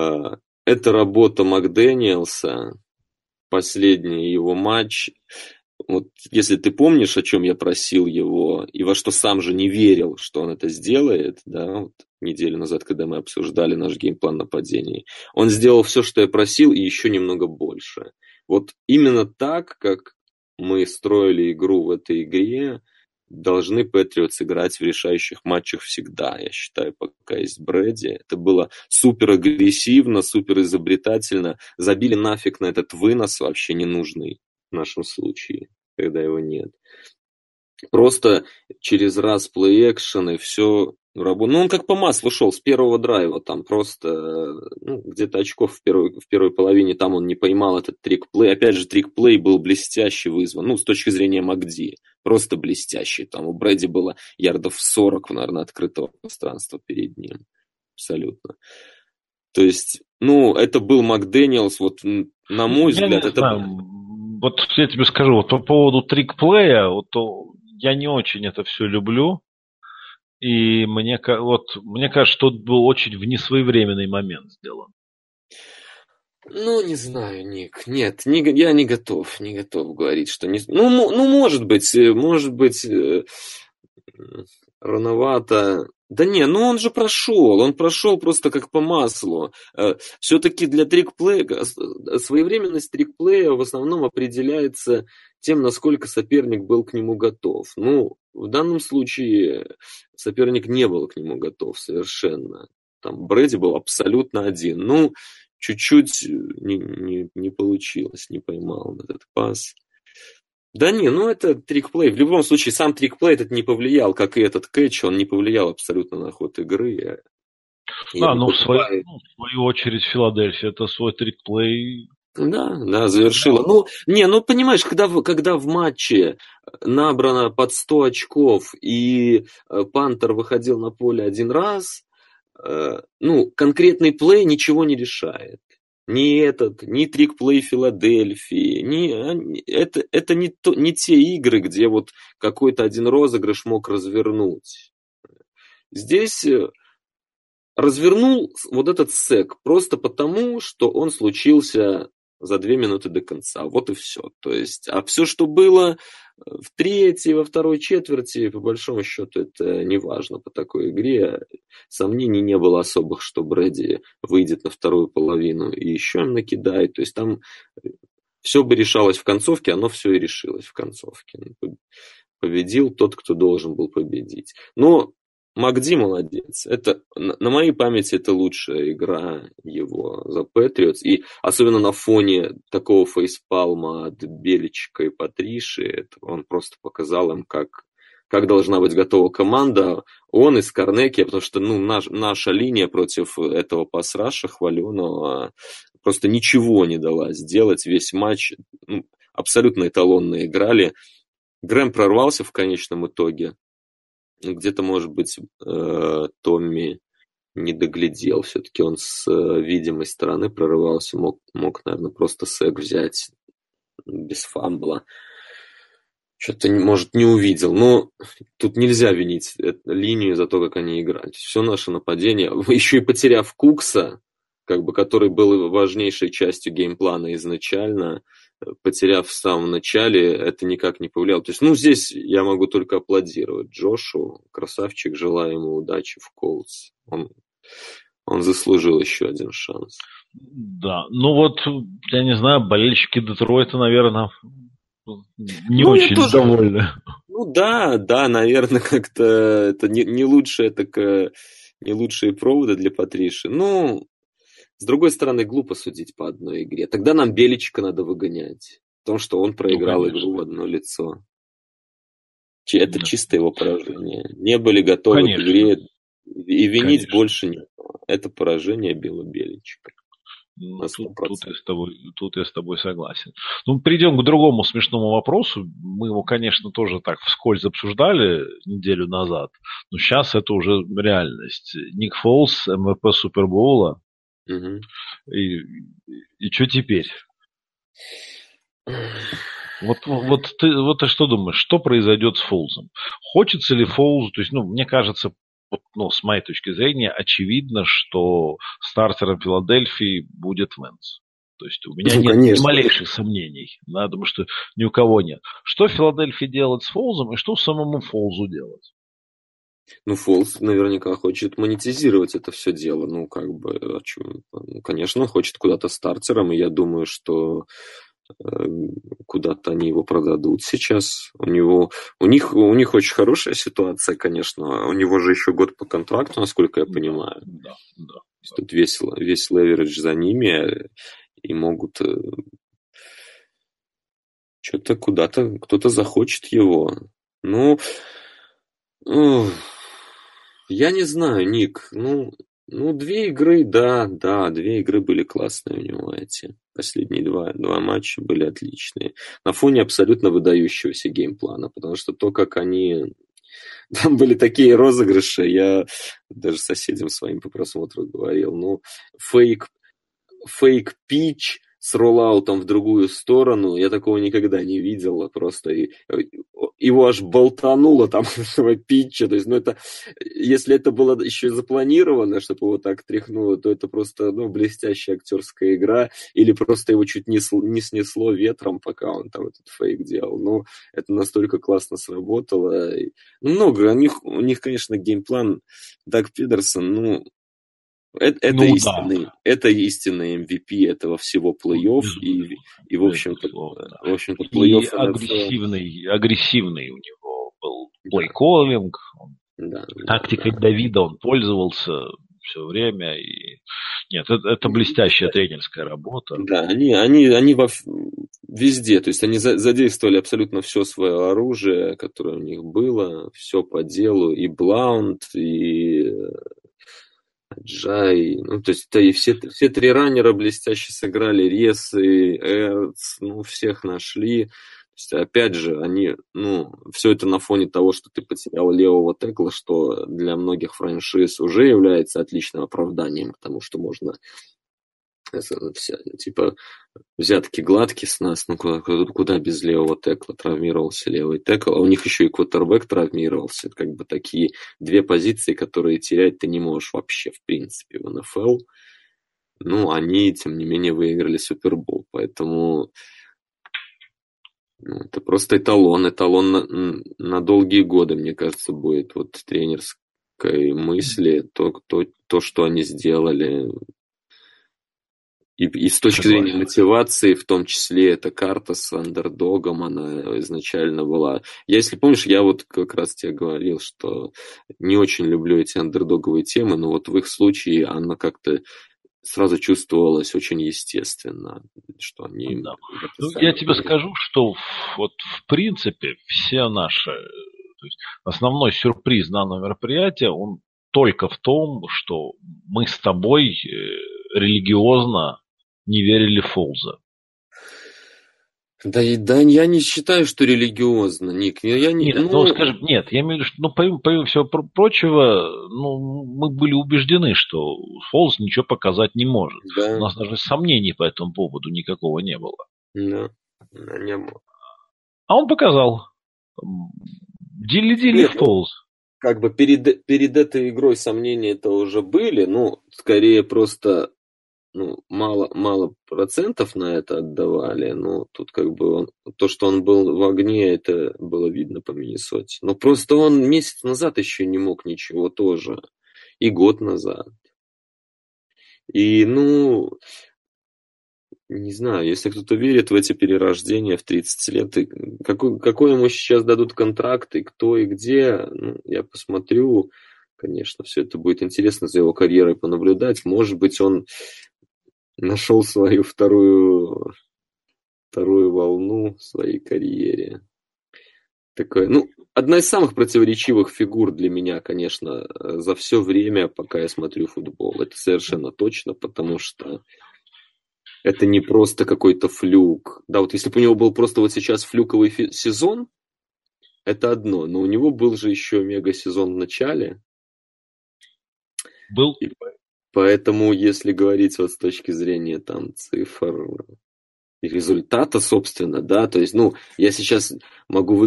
Это работа Макдэниелса, последний его матч. Вот если ты помнишь, о чем я просил его, и во что сам же не верил, что он это сделает, да, вот неделю назад, когда мы обсуждали наш геймплан нападений, он сделал все, что я просил, и еще немного больше. Вот именно так, как мы строили игру в этой игре, должны Патриотс играть в решающих матчах всегда, я считаю, пока есть Брэди. Это было супер агрессивно, супер изобретательно. Забили нафиг на этот вынос вообще ненужный в нашем случае, когда его нет. Просто через раз плей-экшен и все работает. Ну, он как по маслу шел с первого драйва, там просто где-то очков в первой половине там он не поймал этот трик-плей. Опять же, трик-плей был блестяще вызван, с точки зрения Макди, просто блестящий. Там у Брэди было ярдов 40, наверное, открытого пространства перед ним. Абсолютно. То есть, это был МакДэниелс, вот на мой взгляд, не знаю. Вот я тебе скажу, вот по поводу трик-плея, я не очень это все люблю. И мне кажется, что это был очень в несвоевременный момент сделан. Не знаю, Ник. Нет, я не готов говорить, что не... может быть, рановато. Да не, он же он прошел просто как по маслу. Все-таки для трикплея, своевременность трикплея в основном определяется тем, насколько соперник был к нему готов. В данном случае соперник не был к нему готов совершенно. Там Брэди был абсолютно один. Чуть-чуть не получилось, не поймал этот пас. Да не, это трикплей. В любом случае, сам трикплей этот не повлиял, как и этот кэтч, он не повлиял абсолютно на ход игры. В свою очередь, Филадельфия это свой трикплей. Да, завершила. Понимаешь, когда в матче набрано под 100 очков, и пантер выходил на поле один раз, конкретный плей ничего не решает. Ни трик-плей Филадельфии, это не те игры, где вот какой-то один розыгрыш мог развернуть. Здесь развернул вот этот сек просто потому, что он случился за 2 минуты до конца. Вот и все. То есть, а все, что было в третьей, во второй четверти, по большому счету, это не важно по такой игре. Сомнений не было особых, что Брэди выйдет на вторую половину и еще им накидает. То есть там все бы решалось в концовке, оно все и решилось в концовке. Победил тот, кто должен был победить. Но Макди молодец. Это, на моей памяти это лучшая игра его за Патриотс. И особенно на фоне такого фейспалма от Беличика и Патриши, он просто показал им, как должна быть готова команда. Он из Корнеки, потому что наша линия против этого пас-раша хваленого просто ничего не дала сделать. Весь матч абсолютно эталонно играли. Грэм прорвался в конечном итоге. Где-то, может быть, Томми не доглядел. Все-таки он с видимой стороны прорывался. Мог, наверное, просто сек взять без фамбла. Что-то, может, не увидел. Но тут нельзя винить линию за то, как они играют. Все наше нападение. Еще и потеряв Кукса, который был важнейшей частью геймплана изначально, потеряв в самом начале, это никак не повлияло. То есть, здесь я могу только аплодировать Джошу. Красавчик, желаю ему удачи в Колтс. Он заслужил еще один шанс. Да, я не знаю, болельщики Детройта, наверное, не очень довольны. Да, наверное, как-то это не лучшие проводы для Патриши. С другой стороны, глупо судить по одной игре. Тогда нам Беличика надо выгонять. В том, что он проиграл игру в одно лицо. Это чисто его поражение. Не были готовы к игре. И винить больше нет. Это поражение Билла Беличика. Тут я с тобой согласен. Перейдем к другому смешному вопросу. Мы его, конечно, тоже так вскользь обсуждали неделю назад. Но сейчас это уже реальность. Ник Фолс, МВП Супербоула. Угу. И что теперь? Вот ты что думаешь, что произойдет с Фолзом? Хочется ли Фолзу, то есть, мне кажется, с моей точки зрения, очевидно, что стартером Филадельфии будет Венс. То есть у меня Ну, нет ни конечно. малейших сомнений. Да, думаю, что ни у кого нет. Что Филадельфия делает с Фолзом и что самому Фолзу делать? Ну, Фолс наверняка хочет монетизировать это все дело. Ну, как бы, ну, конечно, он хочет куда-то стартером, и я думаю, что куда-то они его продадут сейчас. У них очень хорошая ситуация, конечно. У него же еще год по контракту, насколько я понимаю. Да. Тут весь леверидж за ними, и могут что-то куда-то кто-то захочет его. Ну, я не знаю, Ник. Ну, 2 игры, да, 2 игры были классные у него эти. Последние два матча были отличные. На фоне абсолютно выдающегося геймплана, потому что то, как они... Там были такие розыгрыши, я даже соседям своим по просмотру говорил. Ну, фейк пич с роллаутом в другую сторону, я такого никогда не видел, просто его аж болтануло там этого питча, то есть, это, если это было еще запланировано, чтобы его так тряхнуло, то это просто, блестящая актерская игра, или просто его чуть не снесло ветром, пока он там этот фейк делал, это настолько классно сработало, много, у них, конечно, геймплан Даг Педерсон, это истинный MVP этого всего плей-офф, и в общем-то, плей-офф... И агрессивный у него был плей-коллинг, тактикой Давида он пользовался все время, и... Нет, это блестящая тренерская работа. Да, они везде, то есть они задействовали абсолютно все свое оружие, которое у них было, все по делу, и Блаунд, и... Джай, то есть и все 3 раннера блестяще сыграли, Рес и Эрц, всех нашли. То есть, опять же, они, все это на фоне того, что ты потерял левого текла, что для многих франшиз уже является отличным оправданием к тому, что можно взятки гладкие с нас, куда без левого текла, травмировался левый текл, а у них еще и квотербек травмировался, это такие 2 позиции, которые терять ты не можешь вообще, в принципе, в НФЛ, они, тем не менее, выиграли Супербол, поэтому это просто эталон на долгие годы, мне кажется, будет тренерской мысли, то, что они сделали. И с точки зрения мотивации, в том числе, эта карта с андердогом, она изначально была... Если помнишь, я как раз тебе говорил, что не очень люблю эти андердоговые темы, но в их случае она как-то сразу чувствовалась очень естественно, что они... Да. Я тебе скажу, что в принципе все наши... То есть основной сюрприз данного мероприятия, он только в том, что мы с тобой религиозно не верили в Фолза. Да, я не считаю, что религиозно, Ник. Я не, скажем, нет, я имею в виду, что, помимо всего прочего, мы были убеждены, что Фолз ничего показать не может. Да. У нас даже сомнений по этому поводу никакого не было. Да, не было. А он показал. Дили Фолз. Как бы перед этой игрой сомнения-то уже были, скорее просто... мало процентов на это отдавали, тут то, что он был в огне, это было видно по Миннесоте. Но просто он месяц назад еще не мог ничего тоже. И год назад. И, не знаю, если кто-то верит в эти перерождения в 30 лет, какой ему сейчас дадут контракт, и кто, и где, я посмотрю. Конечно, все это будет интересно за его карьерой понаблюдать. Может быть, он нашел свою вторую волну в своей карьере. Одна из самых противоречивых фигур для меня, конечно, за все время, пока я смотрю футбол. Это совершенно точно, потому что это не просто какой-то флюк. Да, если бы у него был просто сейчас флюковый сезон, это одно. Но у него был же еще мега-сезон в начале. Был. Поэтому, если говорить с точки зрения цифр и результата, собственно, да, то есть, я сейчас могу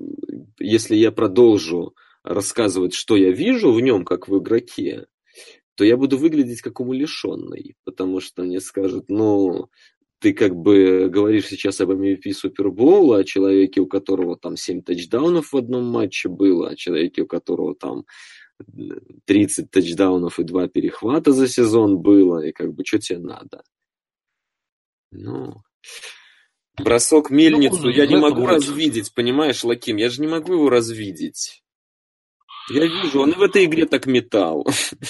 если я продолжу рассказывать, что я вижу в нем, как в игроке, то я буду выглядеть как умалишенный, потому что мне скажут, ну, ты как бы говоришь сейчас об MVP Супербоула, о человеке, у которого там 7 тачдаунов в одном матче было, о человеке, у которого там 30 тачдаунов и 2 перехвата за сезон было, и как бы, что тебе надо? Ну, бросок в мельницу я не могу развидеть, понимаешь, Лаким? Я же не могу его развидеть. Я вижу, он и в этой игре так метал.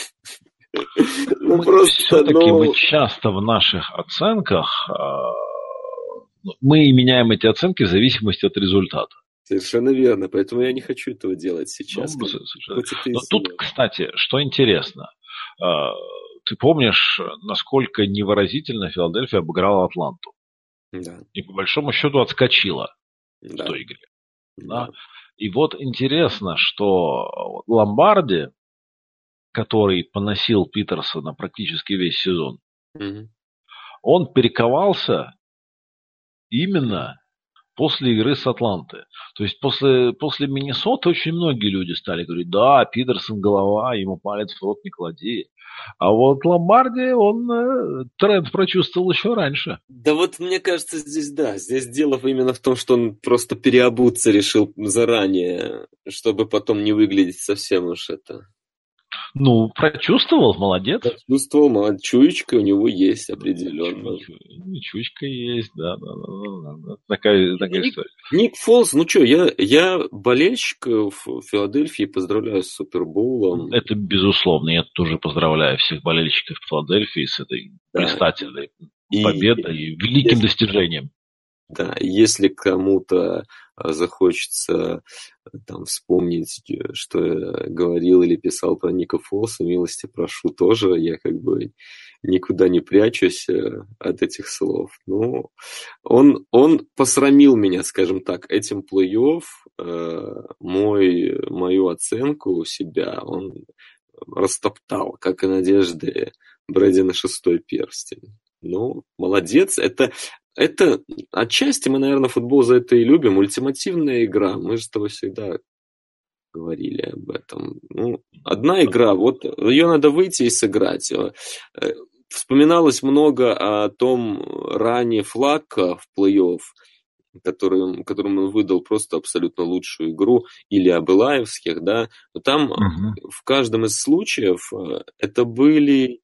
Все-таки мы часто в наших оценках мы меняем эти оценки в зависимости от результата. Совершенно верно, поэтому я не хочу этого делать сейчас. Но тут, кстати, что интересно, ты помнишь, насколько невыразительно Филадельфия обыграла Атланту? Да. И по большому счету отскочила в той игре. Да. И вот интересно, что Ломбарди, который поносил Питерсона практически весь сезон, он перековался именно после игры с Атлантой. То есть после Миннесоты очень многие люди стали говорить, да, Питерсон голова, ему палец в рот не клади. А вот Ломбарди, он тренд прочувствовал еще раньше. Да вот мне кажется, здесь дело именно в том, что он просто переобуться решил заранее, чтобы потом не выглядеть совсем уж это... Ну, прочувствовал, молодец. Прочувствовал, молодец. Чуечка у него есть определенно. Чуечка есть, да. Такая история. Ник Фолс, ну что, я болельщик в Филадельфии, поздравляю с Супербоулом. Это безусловно. Я тоже поздравляю всех болельщиков Филадельфии с этой блистательной победой и великим достижением. Да, если кому-то захочется там вспомнить, что я говорил или писал про Ника Фолса, милости прошу тоже, я как бы никуда не прячусь от этих слов. Ну, он посрамил меня, скажем так, этим плей-офф, мою оценку себя он растоптал, как и надежды Брэди на 6-й перстень. Ну, молодец, это отчасти мы, наверное, футбол за это и любим. Ультимативная игра. Мы же с тобой всегда говорили об этом. Ну, одна игра, вот ее надо выйти и сыграть. Вспоминалось много о том ране Флака в плей-офф, которым он выдал просто абсолютно лучшую игру, или об Илаевских, да. Но там в каждом из случаев это были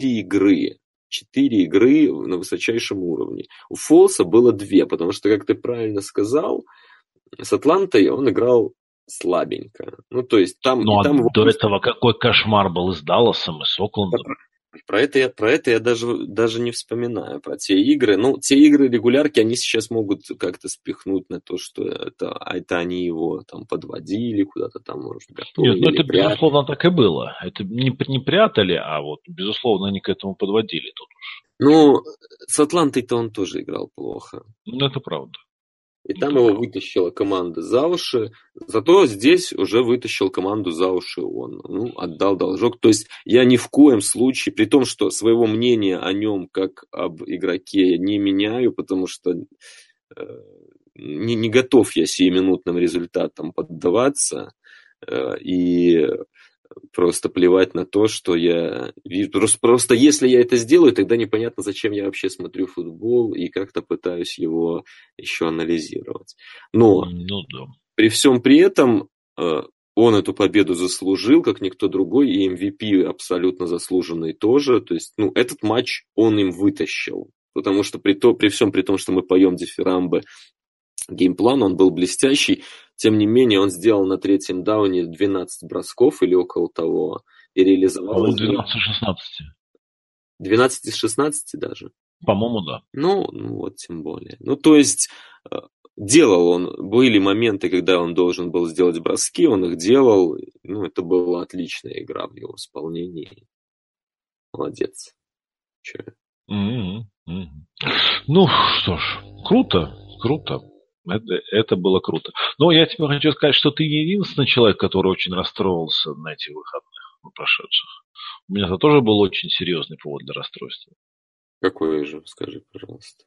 4 игры на высочайшем уровне. У Фолса было 2, потому что, как ты правильно сказал, с Атлантой он играл слабенько. Ну, то есть там... Ну, до этого какой кошмар был и с Далласом, и с Оклендом. Про это я даже не вспоминаю, про те игры. Ну, те игры регулярки, они сейчас могут как-то спихнуть на то, что это они его там подводили, куда-то там, может, готовили. Нет, ну это безусловно так и было. Это не прятали, а вот, безусловно, они к этому подводили тут уж. Ну, с Атлантой-то он тоже играл плохо. Ну, это правда. И там его вытащила команда за уши. Зато здесь уже вытащил команду за уши он. Ну, отдал должок. То есть я ни в коем случае, при том, что своего мнения о нем как об игроке не меняю, потому что не готов я сиюминутным результатам поддаваться. И просто плевать на то, что я вижу. Просто если я это сделаю, тогда непонятно, зачем я вообще смотрю футбол и как-то пытаюсь его еще анализировать. Но при всем при этом он эту победу заслужил, как никто другой, и MVP абсолютно заслуженный тоже. То есть, ну, этот матч он им вытащил. Потому что при всем при том, что мы поем дифирамбы, геймплан, он был блестящий. Тем не менее, он сделал на 3-м дауне 12 бросков или около того. И реализовал... По-моему, 12 из 16. 12 из 16 даже? По-моему, да. Ну, вот тем более. Ну, то есть, делал он... Были моменты, когда он должен был сделать броски, он их делал. Ну, это была отличная игра в его исполнении. Молодец. Ну, что ж, круто. Это было круто. Но я тебе хочу сказать, что ты не единственный человек, который очень расстроился на этих выходных прошедших. У меня это тоже был очень серьезный повод для расстройства. Какой же, скажи, пожалуйста.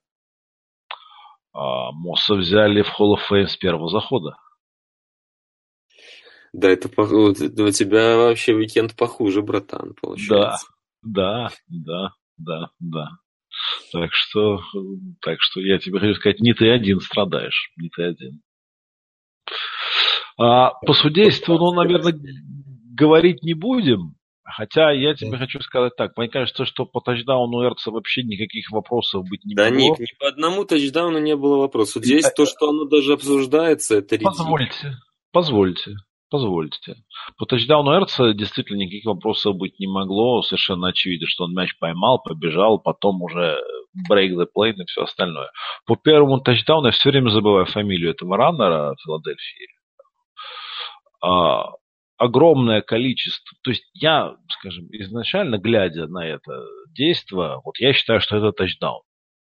Мосса взяли в Hall of Fame с первого захода. Да, у тебя вообще уикенд похуже, братан, Да, получается. да. Так что, я тебе хочу сказать, не ты один страдаешь, не ты один. По судейству, наверное, говорить не будем. Хотя я тебе хочу сказать так. Мне кажется, что по тачдауну Эрца вообще никаких вопросов быть не Да, могло. Ник, ни по одному тачдауну не было вопроса. Здесь то, что оно даже обсуждается, это редко. Позвольте. По тачдауну Эрца действительно никаких вопросов быть не могло. Совершенно очевидно, что он мяч поймал, побежал, потом уже break the play и все остальное. По первому тачдауну я все время забываю фамилию этого раннера Филадельфии. Огромное количество. То есть я, скажем, изначально, глядя на это действо, вот я считаю, что это тачдаун.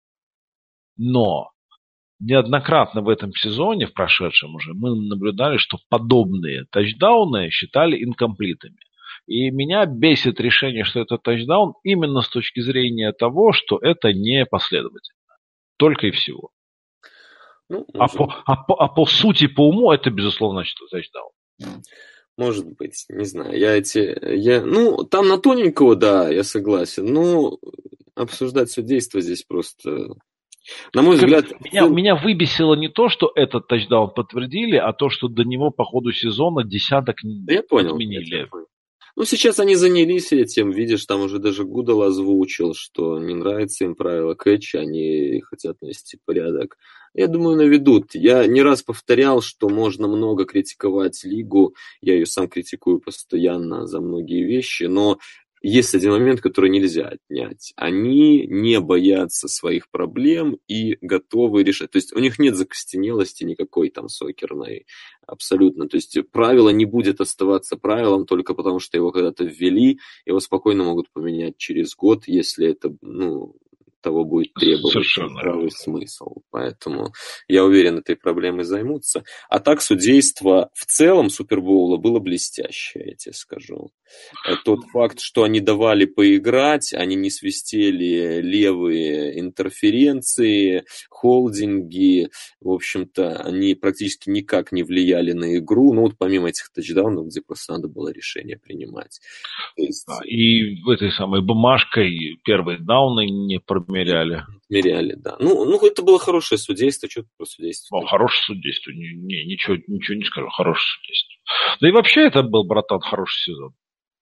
Но неоднократно в этом сезоне, в прошедшем уже, мы наблюдали, что подобные тачдауны считали инкомплитами. И меня бесит решение, что это тачдаун, именно с точки зрения того, что это не последовательно. Только и всего. Ну, по сути, по уму, это, безусловно, что тачдаун. Может быть, не знаю. Ну, там на тоненького, да, я согласен. Но обсуждать судейство здесь просто... На мой взгляд... Меня выбесило не то, что этот тачдаун подтвердили, а то, что до него по ходу сезона десяток отменили. Ну, сейчас они занялись этим. Видишь, там уже даже Гудал озвучил, что не нравится им правило кэтча, они хотят навести порядок. Я думаю, наведут. Я не раз повторял, что можно много критиковать лигу. Я ее сам критикую постоянно за многие вещи, но есть один момент, который нельзя отнять. Они не боятся своих проблем и готовы решать. То есть у них нет закостенелости никакой там сокерной. Абсолютно. То есть правило не будет оставаться правилом только потому, что его когда-то ввели. Его спокойно могут поменять через год, если это, того будет требовать здравый смысл. Поэтому я уверен, этой проблемой займутся. А так судейство в целом Супербоула было блестящее, я тебе скажу. Тот факт, что они давали поиграть, они не свистели левые интерференции, холдинги, в общем-то, они практически никак не влияли на игру, вот помимо этих тачдаунов, где просто надо было решение принимать. И этой самой бумажкой первые дауны не промеряли. Меряли, да. Это было хорошее судейство. Что про судейство? Хорошее судейство. Ничего не скажу. Хорошее судейство. Да и вообще это был, братан, хороший сезон.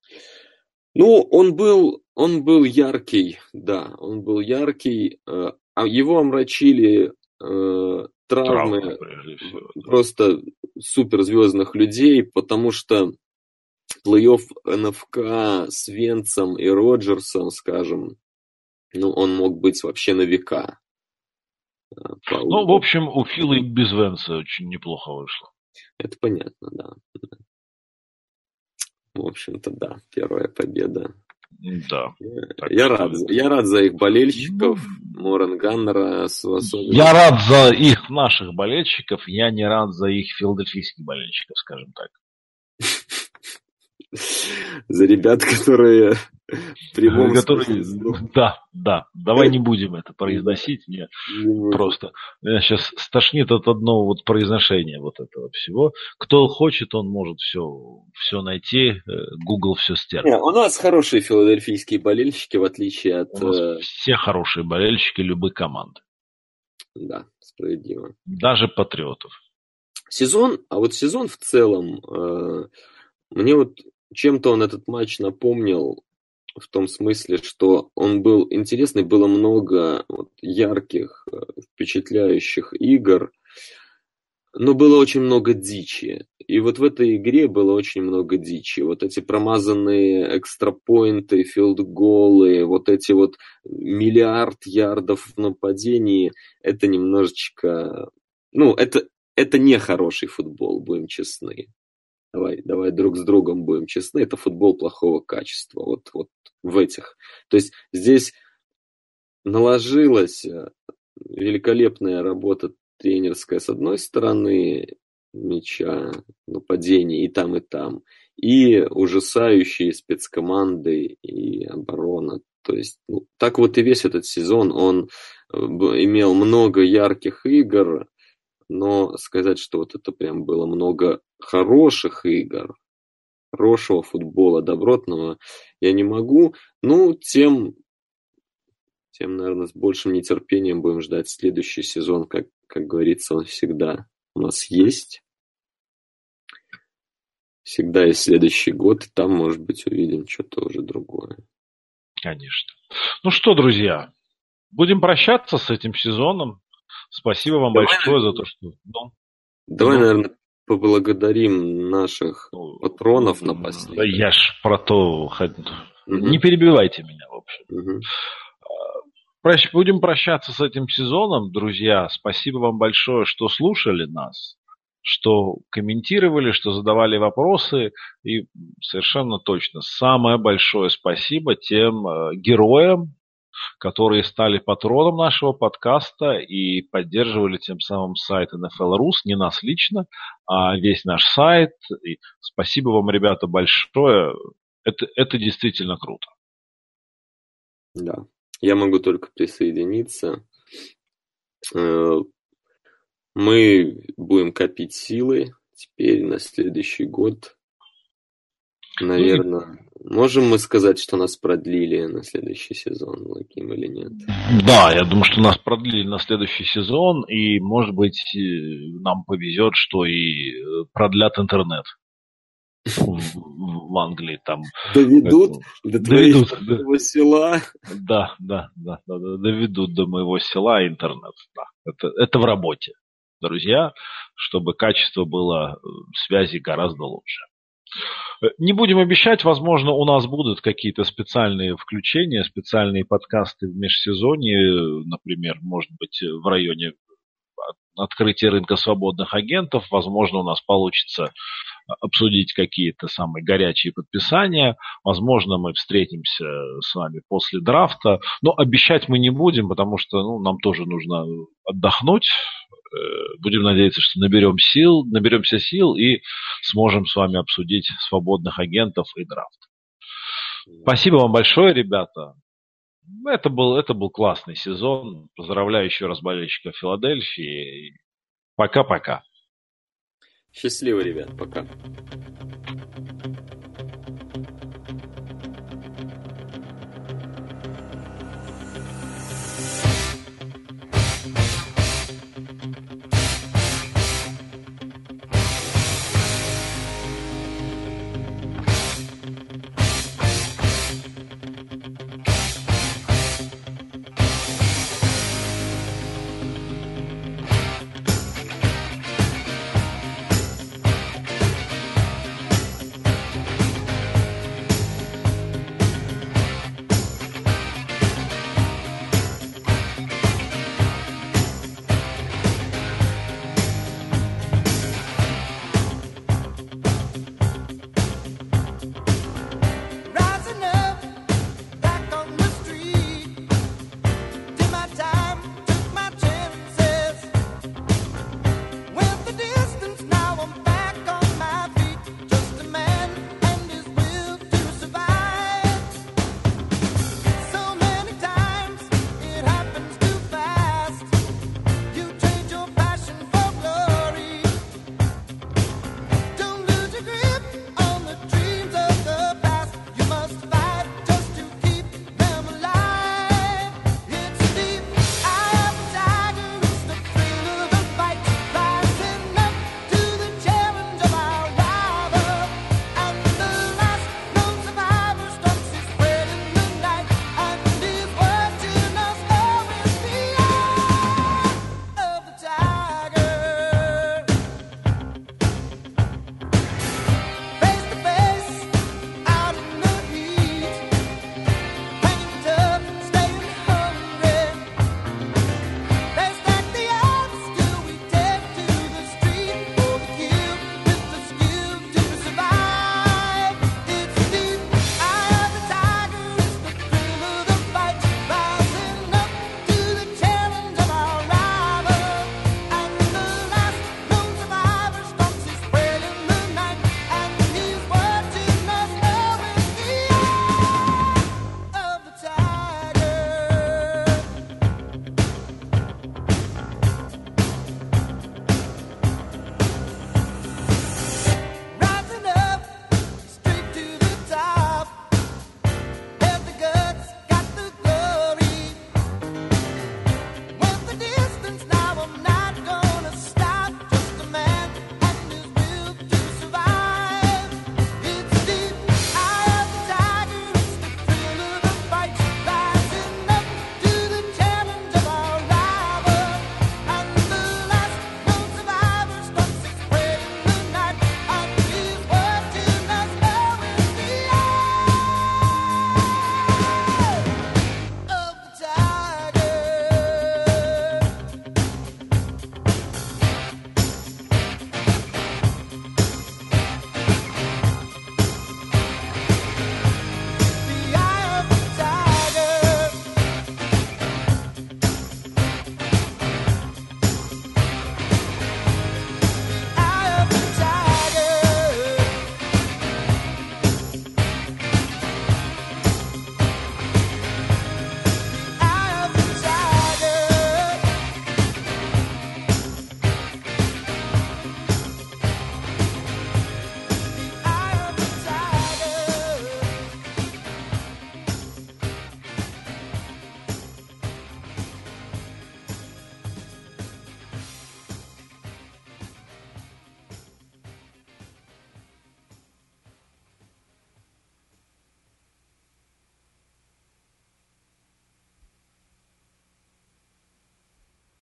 Он был яркий, да. Он был яркий. А его омрачили травмы просто суперзвездных людей, потому что плей-офф НФК с Венцем и Роджерсом, скажем, он мог быть вообще на века. В общем, у Фила и без Венца очень неплохо вышло. Это понятно, да. В общем-то, да, первая победа. Да. Я рад за их болельщиков, Морен Ганнера особенно. Я рад за их наших болельщиков, я не рад за их филадельфийских болельщиков, скажем так. За ребят, которые прямом Да. Давай не будем это произносить. Нет. Просто меня сейчас стошнит от одного произношения этого всего. Кто хочет, он может все найти. Google все стерпит. У нас хорошие филадельфийские болельщики, в отличие от... Все хорошие болельщики любой команды. Да, справедливо. Даже патриотов. Сезон в целом, мне чем-то он этот матч напомнил, в том смысле, что он был интересный, было много ярких, впечатляющих игр, но было очень много дичи. И в этой игре было очень много дичи. Эти промазанные экстрапоинты, филдголы, эти миллиард ярдов в нападении, это немножечко... это не хороший футбол, будем честны. Давай друг с другом будем честны, это футбол плохого качества. В этих. То есть здесь наложилась великолепная работа тренерская с одной стороны мяча, нападения и там, и ужасающие спецкоманды и оборона. То есть, так и весь этот сезон он имел много ярких игр, но сказать, что вот это прям было много хороших игр, хорошего футбола, добротного, я не могу. Ну, тем, наверное, с большим нетерпением будем ждать следующий сезон, как говорится, он всегда у нас есть. Всегда есть следующий год, и там, может быть, увидим что-то уже другое. Конечно. Ну что, друзья, будем прощаться с этим сезоном. Спасибо вам большое за то, что... Давай, наверное, поблагодарим наших патронов напоследок. Да я ж про то... Не перебивайте меня, в общем. Будем прощаться с этим сезоном, друзья. Спасибо вам большое, что слушали нас, что комментировали, что задавали вопросы. И совершенно точно самое большое спасибо тем героям, которые стали патроном нашего подкаста и поддерживали тем самым сайт NFL.rus, не нас лично, а весь наш сайт. И спасибо вам, ребята, большое. Это действительно круто. Да, я могу только присоединиться. Мы будем копить силы теперь на следующий год. Наверное, можем мы сказать, что нас продлили на следующий сезон, Лаким, или нет? Да, я думаю, что нас продлили на следующий сезон, и, может быть, нам повезет, что и продлят интернет в Англии. Там доведут до твоего села. Да, доведут до моего села интернет. Да. Это в работе, друзья, чтобы качество было связи гораздо лучше. Не будем обещать, возможно, у нас будут какие-то специальные включения, специальные подкасты в межсезонье, например, может быть, в районе открытия рынка свободных агентов. Возможно, у нас получится обсудить какие-то самые горячие подписания. Возможно, мы встретимся с вами после драфта. Но обещать мы не будем, потому что нам тоже нужно отдохнуть. Будем надеяться, что наберемся сил и сможем с вами обсудить свободных агентов и драфт. Спасибо вам большое, ребята. Это был классный сезон. Поздравляю еще раз болельщиков Филадельфии. Пока-пока. Счастливо, ребят. Пока.